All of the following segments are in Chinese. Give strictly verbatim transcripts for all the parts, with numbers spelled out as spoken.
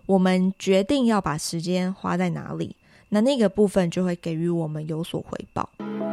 我们决定要把时间花在哪里，那那个部分就会给予我们有所回报。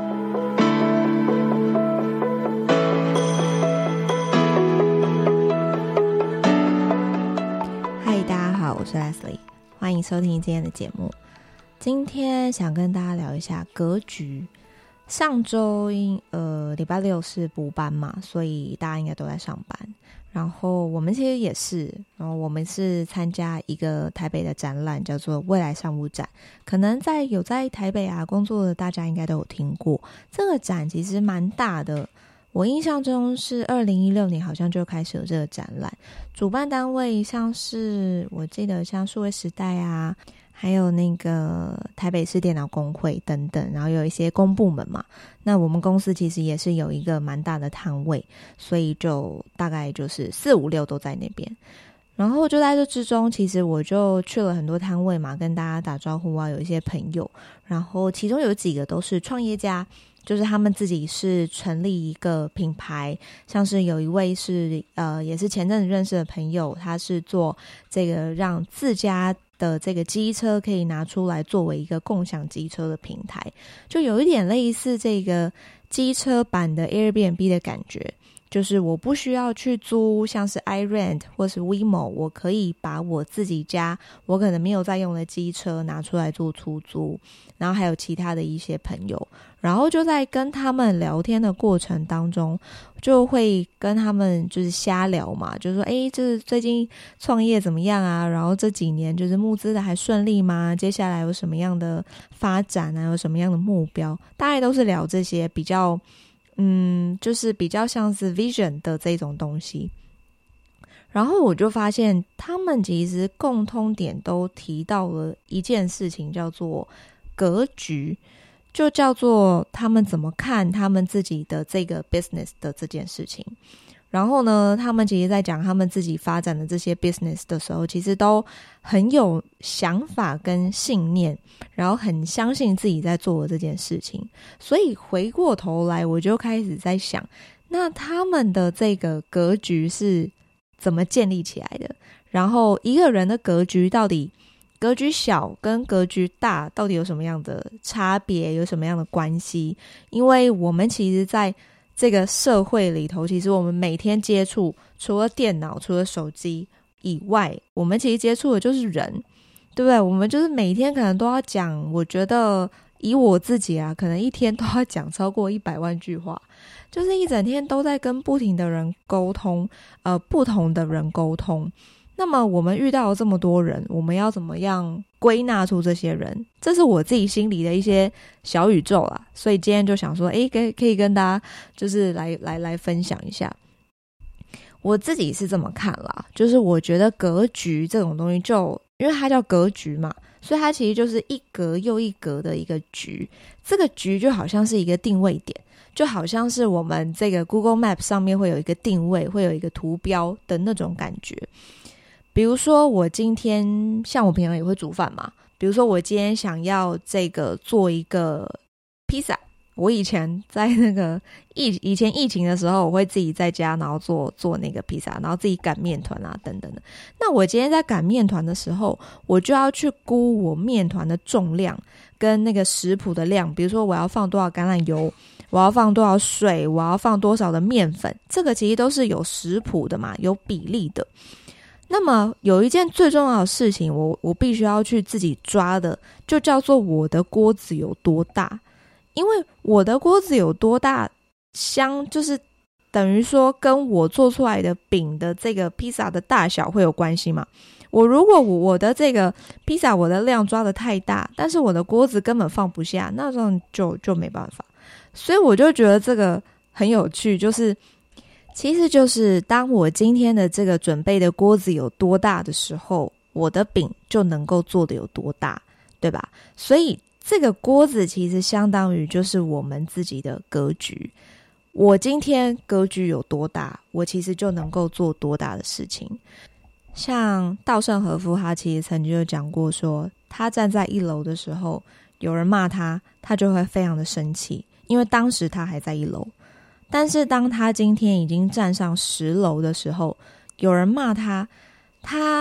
嗨，大家好，我是 Leslie， 欢迎收听今天的节目。今天想跟大家聊一下格局。上周因呃礼拜六是补班嘛，所以大家应该都在上班。然后我们其实也是，然后我们是参加一个台北的展览，叫做未来商务展。可能在有在台北啊工作的大家应该都有听过，这个展其实蛮大的。我印象中是二零一六年好像就开始有这个展览，主办单位像是我记得像数位时代啊，还有那个台北市电脑工会等等，然后有一些公部门嘛。那我们公司其实也是有一个蛮大的摊位，所以就大概就是四五六都在那边。然后就在这之中，其实我就去了很多摊位嘛，跟大家打招呼啊，有一些朋友，然后其中有几个都是创业家，就是他们自己是成立一个品牌，像是有一位是呃也是前阵子认识的朋友，他是做这个让自家的这个机车可以拿出来作为一个共享机车的平台，就有一点类似这个机车版的 Airbnb 的感觉，就是我不需要去租像是 iRent 或是 WeMo， 我可以把我自己家我可能没有在用的机车拿出来做出租，然后还有其他的一些朋友，然后就在跟他们聊天的过程当中，就会跟他们就是瞎聊嘛，就是说诶就是最近创业怎么样啊，然后这几年就是募资的还顺利吗，接下来有什么样的发展啊，有什么样的目标，大概都是聊这些比较嗯，就是比较像是 vision 的这种东西。然后我就发现他们其实共通点都提到了一件事情，叫做格局，就叫做他们怎么看他们自己的这个 business 的这件事情。然后呢，他们其实在讲他们自己发展的这些 business 的时候，其实都很有想法跟信念，然后很相信自己在做的这件事情。所以回过头来，我就开始在想，那他们的这个格局是怎么建立起来的？然后一个人的格局到底格局小跟格局大到底有什么样的差别，有什么样的关系？因为我们其实在这个社会里头，其实我们每天接触除了电脑除了手机以外，我们其实接触的就是人，对不对？我们就是每天可能都要讲，我觉得以我自己啊，可能一天都要讲超过一百万句话，就是一整天都在跟不停的人沟通，呃，不同的人沟通。那么我们遇到了这么多人，我们要怎么样归纳出这些人？这是我自己心里的一些小宇宙啦，所以今天就想说，诶，可以可以跟大家就是来来来分享一下。我自己是这么看啦，就是我觉得格局这种东西就，因为它叫格局嘛，所以它其实就是一格又一格的一个局。这个局就好像是一个定位点，就好像是我们这个 Google Map 上面会有一个定位，会有一个图标的那种感觉。比如说我今天像我平常也会煮饭嘛，比如说我今天想要这个做一个披萨，我以前在那个疫以前疫情的时候，我会自己在家然后做做那个披萨，然后自己擀面团啊等等的。那我今天在擀面团的时候，我就要去估我面团的重量跟那个食谱的量，比如说我要放多少橄榄油，我要放多少水，我要放多少的面粉，这个其实都是有食谱的嘛，有比例的。那么有一件最重要的事情，我我必须要去自己抓的，就叫做我的锅子有多大。因为我的锅子有多大，相就是等于说跟我做出来的饼的这个披萨的大小会有关系嘛。我如果我我的这个披萨我的量抓得太大，但是我的锅子根本放不下，那种就就没办法。所以我就觉得这个很有趣，就是其实就是当我今天的这个准备的锅子有多大的时候，我的饼就能够做得有多大，对吧？所以这个锅子其实相当于就是我们自己的格局。我今天格局有多大，我其实就能够做多大的事情。像稻盛和夫他其实曾经有讲过说，他站在一楼的时候，有人骂他，他就会非常的生气，因为当时他还在一楼。但是当他今天已经站上十楼的时候，有人骂他，他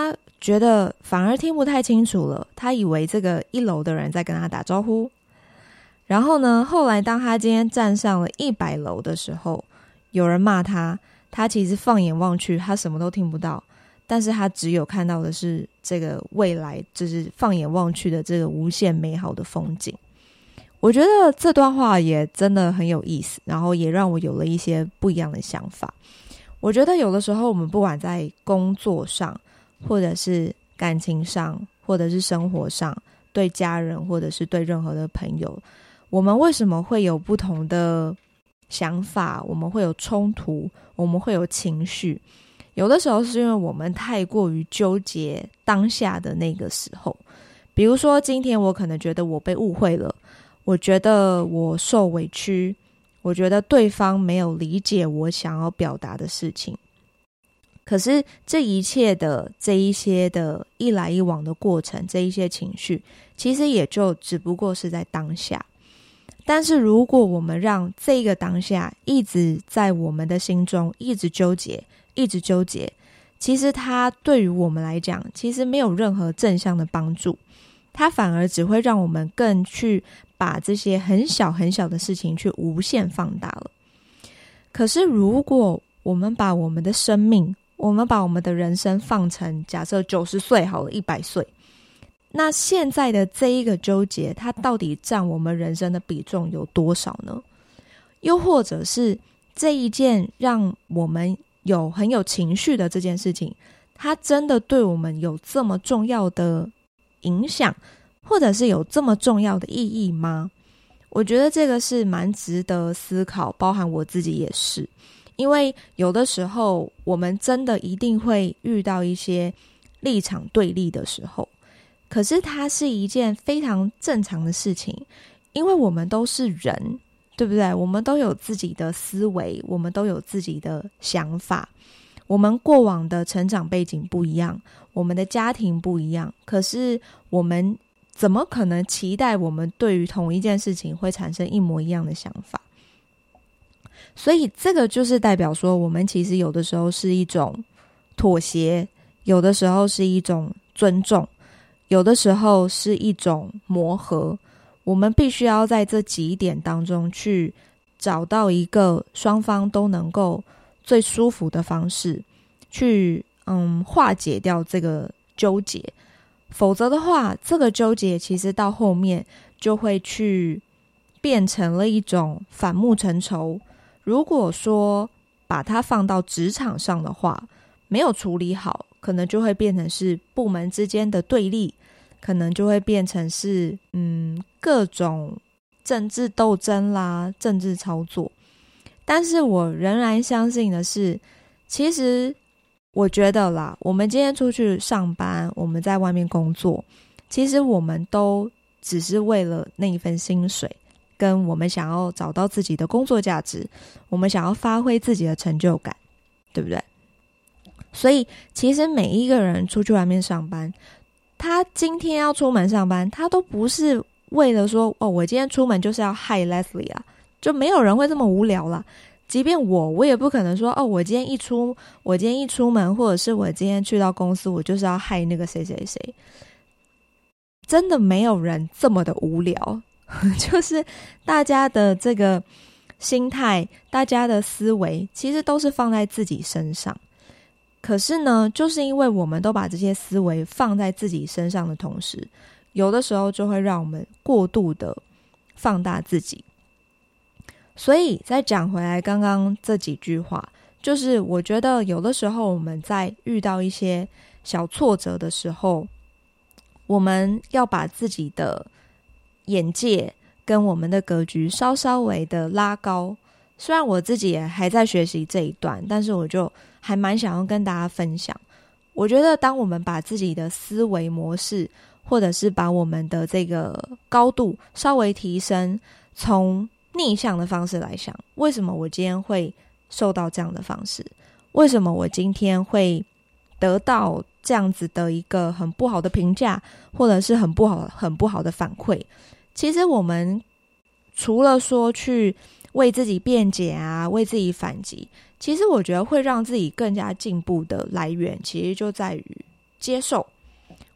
觉得反而听不太清楚了，他以为这个一楼的人在跟他打招呼。然后呢，后来当他今天站上了一百楼的时候，有人骂他，他其实放眼望去，他什么都听不到，但是他只有看到的是这个未来，就是放眼望去的这个无限美好的风景。我觉得这段话也真的很有意思，然后也让我有了一些不一样的想法。我觉得有的时候我们不管在工作上，或者是感情上，或者是生活上，对家人或者是对任何的朋友，我们为什么会有不同的想法，我们会有冲突，我们会有情绪，有的时候是因为我们太过于纠结当下的那个时候。比如说今天我可能觉得我被误会了，我觉得我受委屈，我觉得对方没有理解我想要表达的事情。可是这一切的这一些的一来一往的过程，这一些情绪其实也就只不过是在当下。但是如果我们让这个当下一直在我们的心中一直纠结一直纠结，其实它对于我们来讲其实没有任何正向的帮助，它反而只会让我们更去把这些很小很小的事情去无限放大了。可是如果我们把我们的生命，我们把我们的人生放成假设九十岁好了，一百岁，那现在的这一个纠结，它到底占我们人生的比重有多少呢？又或者是这一件让我们有很有情绪的这件事情，它真的对我们有这么重要的影响，或者是有这么重要的意义吗？我觉得这个是蛮值得思考，包含我自己也是。因为有的时候我们真的一定会遇到一些立场对立的时候，可是它是一件非常正常的事情，因为我们都是人，对不对？我们都有自己的思维，我们都有自己的想法，我们过往的成长背景不一样，我们的家庭不一样，可是我们怎么可能期待我们对于同一件事情会产生一模一样的想法？所以这个就是代表说，我们其实有的时候是一种妥协，有的时候是一种尊重，有的时候是一种磨合。我们必须要在这几点当中去找到一个双方都能够最舒服的方式，去嗯化解掉这个纠结。否则的话，这个纠结其实到后面就会去变成了一种反目成仇。如果说把它放到职场上的话，没有处理好，可能就会变成是部门之间的对立，可能就会变成是嗯各种政治斗争啦，政治操作。但是我仍然相信的是，其实我觉得啦，我们今天出去上班，我们在外面工作，其实我们都只是为了那一份薪水，跟我们想要找到自己的工作价值，我们想要发挥自己的成就感，对不对？所以其实每一个人出去外面上班，他今天要出门上班，他都不是为了说哦，我今天出门就是要害 Leslie 啊，就没有人会这么无聊啦。即便我我也不可能说哦，我今天一出我今天一出门，或者是我今天去到公司，我就是要害那个谁谁谁。真的没有人这么的无聊，就是大家的这个心态，大家的思维其实都是放在自己身上。可是呢，就是因为我们都把这些思维放在自己身上的同时，有的时候就会让我们过度的放大自己。所以再讲回来刚刚这几句话，就是我觉得有的时候我们在遇到一些小挫折的时候，我们要把自己的眼界跟我们的格局稍稍微的拉高。虽然我自己也还在学习这一段，但是我就还蛮想要跟大家分享。我觉得当我们把自己的思维模式，或者是把我们的这个高度稍微提升，从逆向的方式来想，为什么我今天会受到这样的方式？为什么我今天会得到这样子的一个很不好的评价，或者是很不好很不好的反馈？其实我们除了说去为自己辩解啊，为自己反击，其实我觉得会让自己更加进步的来源，其实就在于接受。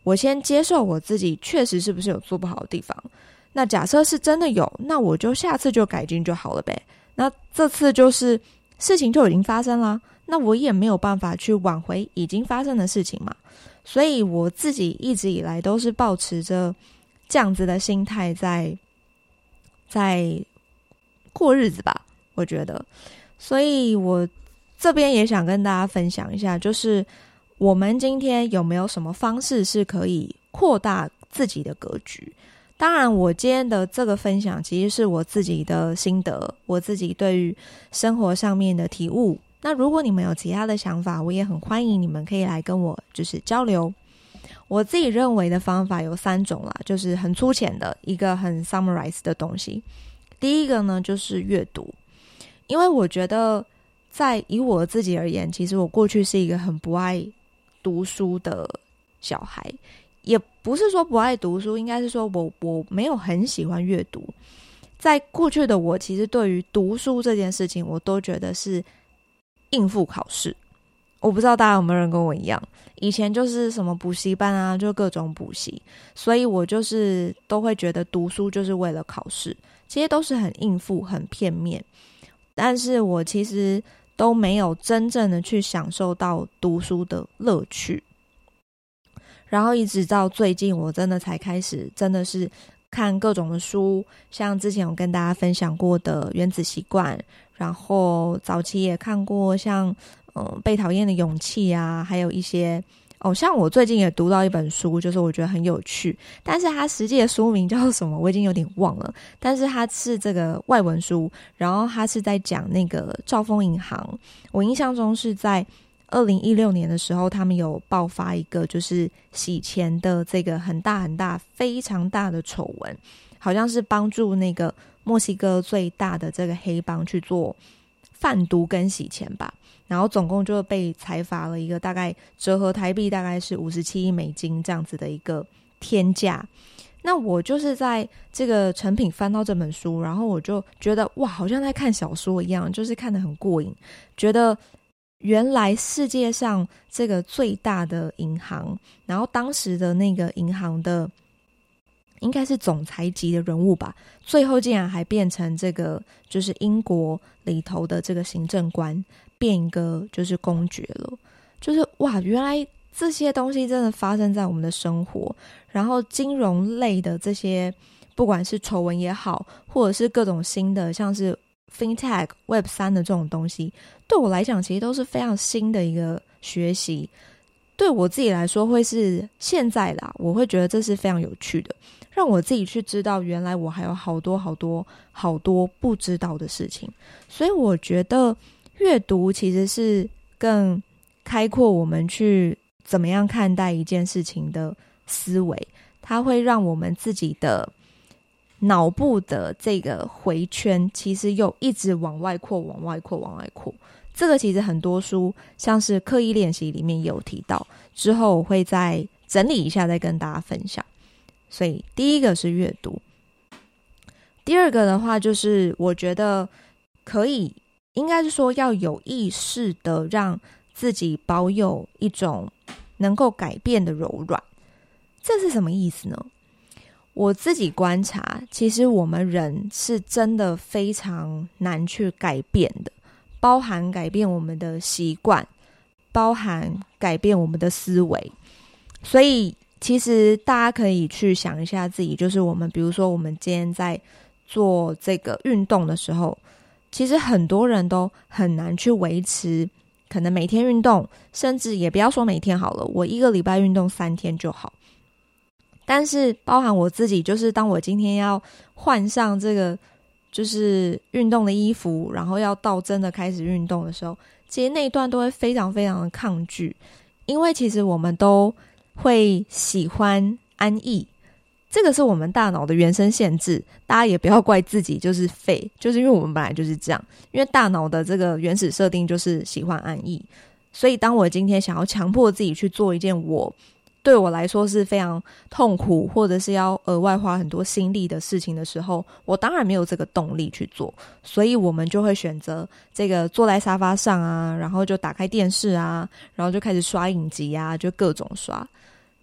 我先接受我自己确实是不是有做不好的地方，那假设是真的有，那我就下次就改进就好了呗。那这次就是事情就已经发生啦，那我也没有办法去挽回已经发生的事情嘛。所以我自己一直以来都是抱持着这样子的心态在在过日子吧，我觉得。所以我这边也想跟大家分享一下，就是我们今天有没有什么方式是可以扩大自己的格局。当然我今天的这个分享其实是我自己的心得，我自己对于生活上面的体悟。那如果你们有其他的想法，我也很欢迎你们可以来跟我就是交流。我自己认为的方法有三种啦，就是很粗浅的一个很 summarize 的东西。第一个呢就是阅读，因为我觉得在以我自己而言，其实我过去是一个很不爱读书的小孩，也不是说不爱读书，应该是说我我没有很喜欢阅读。在过去的我，其实对于读书这件事情，我都觉得是应付考试。我不知道大家有没有人跟我一样，以前就是什么补习班啊，就各种补习，所以我就是都会觉得读书就是为了考试，这些都是很应付很片面，但是我其实都没有真正的去享受到读书的乐趣。然后一直到最近我真的才开始真的是看各种的书，像之前有跟大家分享过的原子习惯，然后早期也看过像嗯被讨厌的勇气啊，还有一些哦，像我最近也读到一本书，就是我觉得很有趣，但是它实际的书名叫什么我已经有点忘了，但是它是这个外文书，然后它是在讲那个兆丰银行。我印象中是在二零一六年的时候，他们有爆发一个就是洗钱的这个很大很大非常大的丑闻，好像是帮助那个墨西哥最大的这个黑帮去做贩毒跟洗钱吧，然后总共就被裁罚了一个大概折合台币大概是五十七亿美金这样子的一个天价。那我就是在这个成品翻到这本书，然后我就觉得哇，好像在看小说一样，就是看得很过瘾，觉得原来世界上这个最大的银行，然后当时的那个银行的应该是总裁级的人物吧，最后竟然还变成这个就是英国里头的这个行政官，变一个就是公爵了。就是哇，原来这些东西真的发生在我们的生活，然后金融类的这些不管是丑闻也好，或者是各种新的像是 fintech web 三 的这种东西，对我来讲其实都是非常新的一个学习。对我自己来说会是现在啦，我会觉得这是非常有趣的，让我自己去知道原来我还有好多好多好多不知道的事情。所以我觉得阅读其实是更开阔我们去怎么样看待一件事情的思维，它会让我们自己的脑部的这个回圈其实又一直往外扩往外扩往外扩。这个其实很多书像是刻意练习里面也有提到，之后我会再整理一下再跟大家分享。所以第一个是阅读，第二个的话就是我觉得可以应该是说要有意识的让自己保有一种能够改变的柔软。这是什么意思呢？我自己观察，其实我们人是真的非常难去改变的，包含改变我们的习惯，包含改变我们的思维。所以其实大家可以去想一下自己，就是我们比如说我们今天在做这个运动的时候，其实很多人都很难去维持可能每天运动，甚至也不要说每天好了，我一个礼拜运动三天就好。但是包含我自己，就是当我今天要换上这个就是运动的衣服，然后要到真的开始运动的时候，其实那一段都会非常非常的抗拒，因为其实我们都会喜欢安逸，这个是我们大脑的原生限制，大家也不要怪自己就是废，就是因为我们本来就是这样，因为大脑的这个原始设定就是喜欢安逸。所以当我今天想要强迫自己去做一件我对我来说是非常痛苦或者是要额外花很多心力的事情的时候，我当然没有这个动力去做，所以我们就会选择这个坐在沙发上啊，然后就打开电视啊，然后就开始刷影集啊，就各种刷。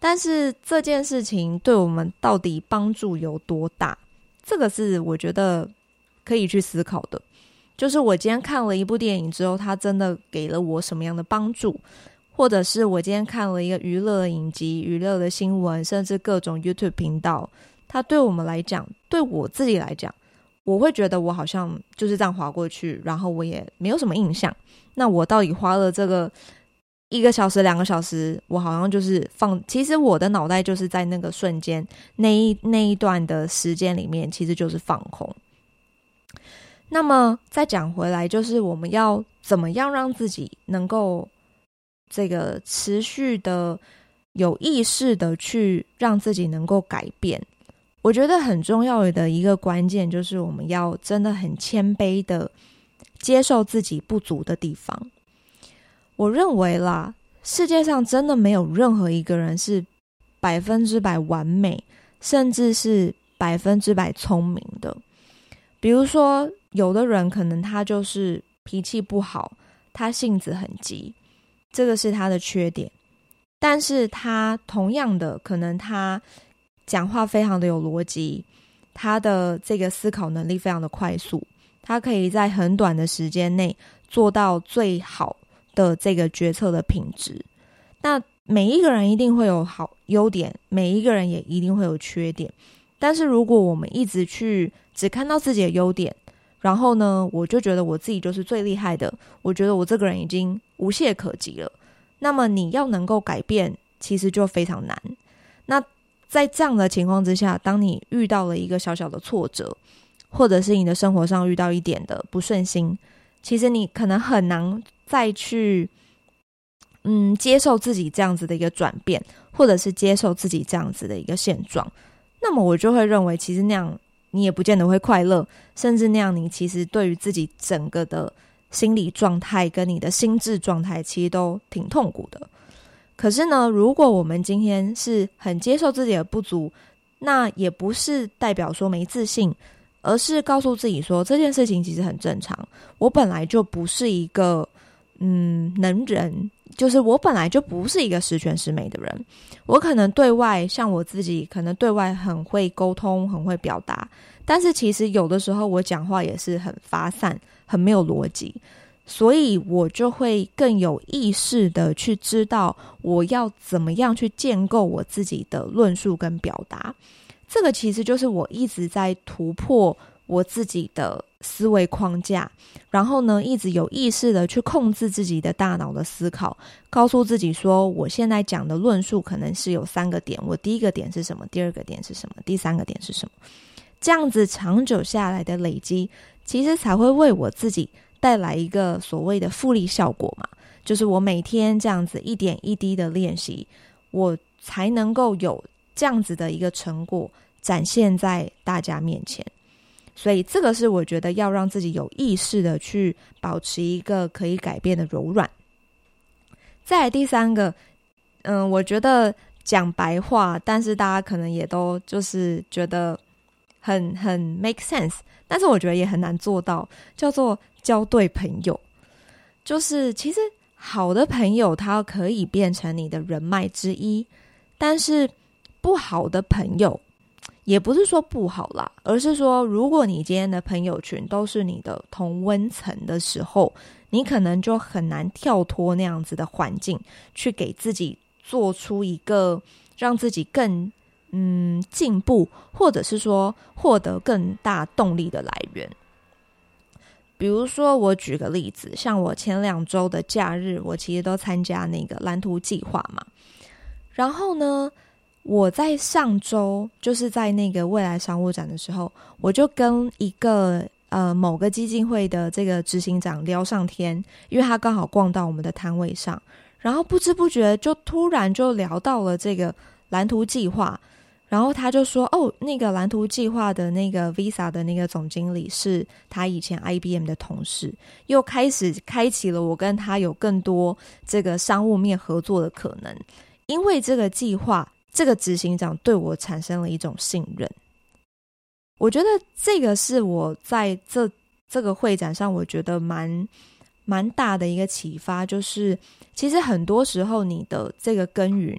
但是这件事情对我们到底帮助有多大，这个是我觉得可以去思考的。就是我今天看了一部电影之后，它真的给了我什么样的帮助，或者是我今天看了一个娱乐的影集、娱乐的新闻，甚至各种 YouTube 频道，它对我们来讲，对我自己来讲，我会觉得我好像就是这样滑过去，然后我也没有什么印象。那我到底花了这个一个小时、两个小时，我好像就是放，其实我的脑袋就是在那个瞬间，那一那一段的时间里面，其实就是放空。那么再讲回来，就是我们要怎么样让自己能够这个持续的有意识的去让自己能够改变。我觉得很重要的一个关键就是我们要真的很谦卑的接受自己不足的地方。我认为啦，世界上真的没有任何一个人是百分之百完美，甚至是百分之百聪明的。比如说有的人可能他就是脾气不好，他性子很急，这个是他的缺点。但是他同样的，可能他讲话非常的有逻辑，他的这个思考能力非常的快速，他可以在很短的时间内做到最好的这个决策的品质。那每一个人一定会有好优点，每一个人也一定会有缺点。但是如果我们一直去只看到自己的优点，然后呢，我就觉得我自己就是最厉害的，我觉得我这个人已经无懈可击了，那么你要能够改变其实就非常难。那在这样的情况之下，当你遇到了一个小小的挫折，或者是你的生活上遇到一点的不顺心，其实你可能很难再去嗯接受自己这样子的一个转变，或者是接受自己这样子的一个现状。那么我就会认为其实那样你也不见得会快乐，甚至那样你其实对于自己整个的心理状态跟你的心智状态其实都挺痛苦的。可是呢，如果我们今天是很接受自己的不足，那也不是代表说没自信，而是告诉自己说这件事情其实很正常，我本来就不是一个嗯能人，就是我本来就不是一个十全十美的人。我可能对外，像我自己可能对外很会沟通，很会表达，但是其实有的时候我讲话也是很发散，很没有逻辑，所以我就会更有意识的去知道我要怎么样去建构我自己的论述跟表达。这个其实就是我一直在突破我自己的思维框架，然后呢一直有意识的去控制自己的大脑的思考，告诉自己说我现在讲的论述可能是有三个点，我第一个点是什么，第二个点是什么，第三个点是什么。这样子长久下来的累积，其实才会为我自己带来一个所谓的复利效果嘛，就是我每天这样子一点一滴的练习，我才能够有这样子的一个成果展现在大家面前。所以这个是我觉得要让自己有意识的去保持一个可以改变的柔软。再来第三个，嗯，我觉得讲白话，但是大家可能也都就是觉得很很 make sense， 但是我觉得也很难做到，叫做交对朋友。就是其实好的朋友他可以变成你的人脉之一，但是不好的朋友也不是说不好啦，而是说如果你今天的朋友群都是你的同温层的时候，你可能就很难跳脱那样子的环境，去给自己做出一个让自己更嗯进步，或者是说获得更大动力的来源。比如说我举个例子，像我前两周的假日，我其实都参加那个蓝图计划嘛，然后呢我在上周就是在那个未来商务展的时候，我就跟一个呃某个基金会的这个执行长聊上天，因为他刚好逛到我们的摊位上，然后不知不觉就突然就聊到了这个蓝图计划，然后他就说哦，那个蓝图计划的那个 Visa 的那个总经理是他以前 I B M 的同事，又开始开启了我跟他有更多这个商务面合作的可能。因为这个计划，这个执行长对我产生了一种信任。我觉得这个是我在这这个会展上我觉得蛮蛮大的一个启发，就是其实很多时候你的这个耕耘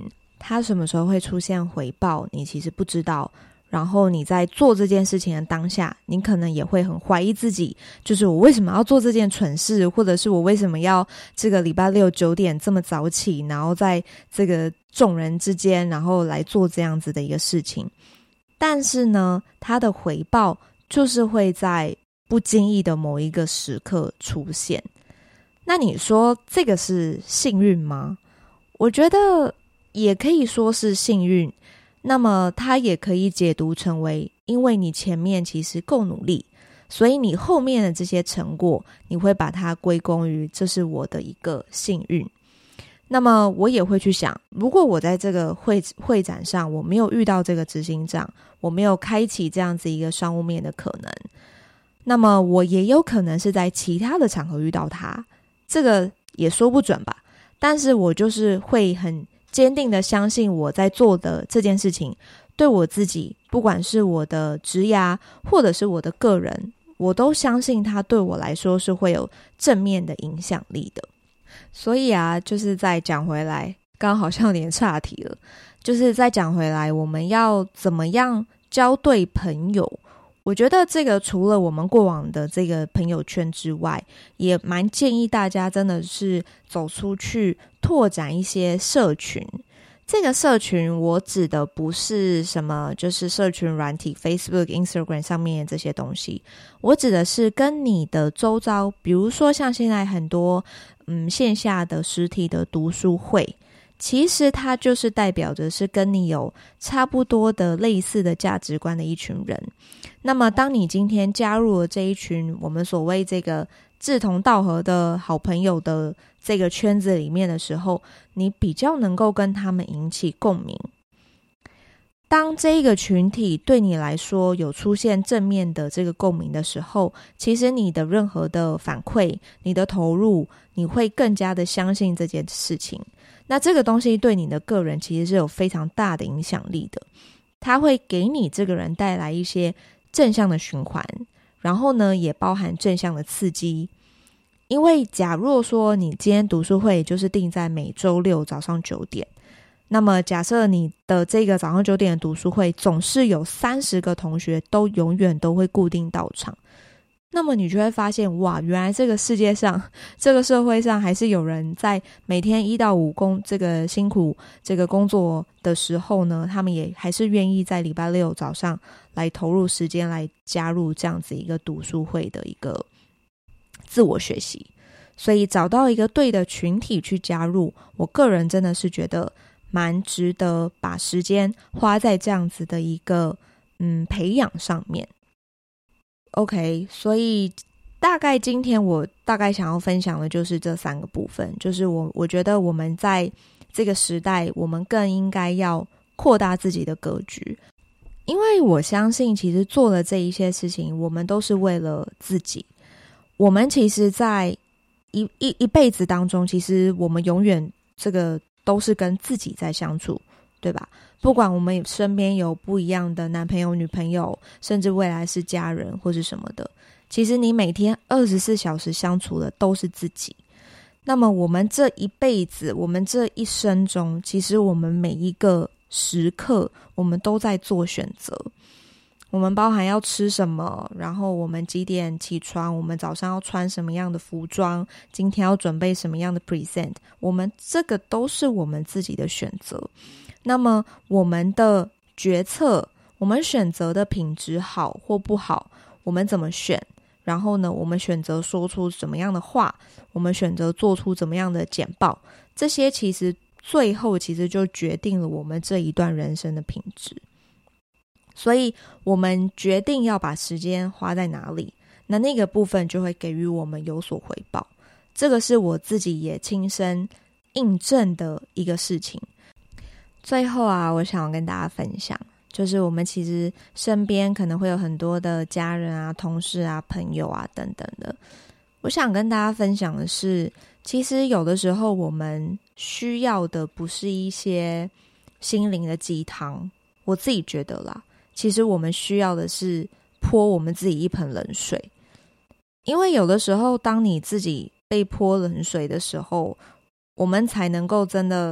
它什么时候会出现回报，你其实不知道。然后你在做这件事情的当下，你可能也会很怀疑自己，就是我为什么要做这件蠢事，或者是我为什么要这个礼拜六九点这么早起，然后在这个众人之间，然后来做这样子的一个事情。但是呢，它的回报就是会在不经意的某一个时刻出现。那你说这个是幸运吗？我觉得也可以说是幸运。那么它也可以解读成为，因为你前面其实够努力，所以你后面的这些成果，你会把它归功于这是我的一个幸运。那么我也会去想，如果我在这个会会展上我没有遇到这个执行长，我没有开启这样子一个商务面的可能，那么我也有可能是在其他的场合遇到他，这个也说不准吧。但是我就是会很坚定的相信我在做的这件事情对我自己，不管是我的职涯或者是我的个人，我都相信它对我来说是会有正面的影响力的。所以啊，就是再讲回来，刚刚好像有点岔题了，就是再讲回来，我们要怎么样交对朋友，我觉得这个除了我们过往的这个朋友圈之外，也蛮建议大家真的是走出去拓展一些社群。这个社群我指的不是什么就是社群软体 Facebook、Instagram 上面这些东西，我指的是跟你的周遭，比如说像现在很多嗯线下的实体的读书会，其实它就是代表着是跟你有差不多的类似的价值观的一群人。那么当你今天加入了这一群我们所谓这个志同道合的好朋友的这个圈子里面的时候，你比较能够跟他们引起共鸣。当这个群体对你来说有出现正面的这个共鸣的时候，其实你的任何的反馈，你的投入，你会更加的相信这件事情。那这个东西对你的个人其实是有非常大的影响力的，它会给你这个人带来一些正向的循环，然后呢也包含正向的刺激。因为假若说你今天读书会就是定在每周六早上九点，那么假设你的这个早上九点的读书会总是有三十个同学都永远都会固定到场，那么你就会发现，哇，原来这个世界上，这个社会上还是有人在每天一到五工这个辛苦这个工作的时候呢，他们也还是愿意在礼拜六早上来投入时间来加入这样子一个读书会的一个自我学习。所以找到一个对的群体去加入，我个人真的是觉得蛮值得把时间花在这样子的一个嗯培养上面。OK， 所以大概今天我大概想要分享的就是这三个部分，就是我我觉得我们在这个时代，我们更应该要扩大自己的格局，因为我相信其实做了这一些事情，我们都是为了自己。我们其实在一一一辈子当中，其实我们永远这个都是跟自己在相处，对吧？不管我们身边有不一样的男朋友、女朋友，甚至未来是家人或是什么的，其实你每天二十四小时相处的都是自己。那么我们这一辈子，我们这一生中，其实我们每一个时刻，我们都在做选择。我们包含要吃什么，然后我们几点起床，我们早上要穿什么样的服装，今天要准备什么样的 present， 我们这个都是我们自己的选择。那么我们的决策，我们选择的品质好或不好，我们怎么选，然后呢我们选择说出怎么样的话，我们选择做出怎么样的简报，这些其实最后其实就决定了我们这一段人生的品质。所以我们决定要把时间花在哪里，那那个部分就会给予我们有所回报。这个是我自己也亲身印证的一个事情。最后啊，我想要跟大家分享，就是我们其实身边可能会有很多的家人啊、同事啊、朋友啊等等的。我想跟大家分享的是，其实有的时候我们需要的不是一些心灵的鸡汤，我自己觉得啦，其实我们需要的是泼我们自己一盆冷水。因为有的时候当你自己被泼冷水的时候，我们才能够真的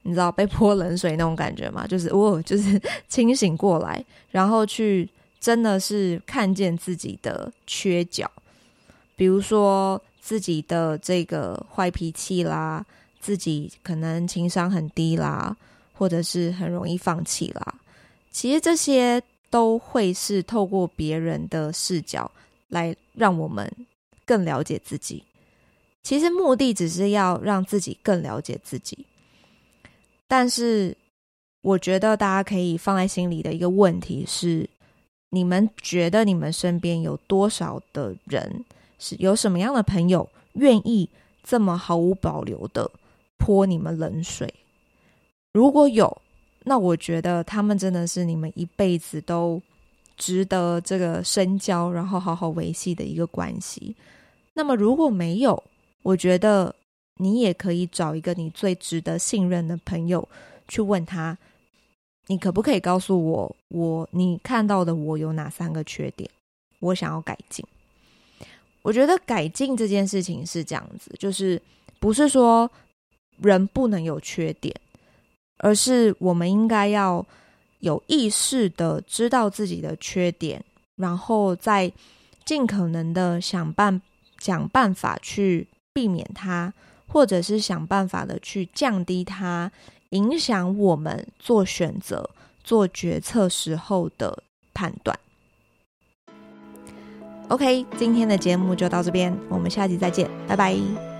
你知道被泼冷水那种感觉吗？就是哦，就是清醒过来，然后去真的是看见自己的缺角，比如说自己的这个坏脾气啦，自己可能情商很低啦，或者是很容易放弃啦。其实这些都会是透过别人的视角来让我们更了解自己。其实目的只是要让自己更了解自己。但是我觉得大家可以放在心里的一个问题是，你们觉得你们身边有多少的人，是有什么样的朋友愿意这么毫无保留的泼你们冷水？如果有，那我觉得他们真的是你们一辈子都值得这个深交，然后好好维系的一个关系。那么如果没有，我觉得你也可以找一个你最值得信任的朋友去问他，你可不可以告诉我，我你看到的我有哪三个缺点，我想要改进。我觉得改进这件事情是这样子，就是不是说人不能有缺点，而是我们应该要有意识的知道自己的缺点，然后再尽可能的想办想办法去避免它，或者是想办法的去降低它影响我们做选择做决策时候的判断。 OK， 今天的节目就到这边，我们下集再见，拜拜。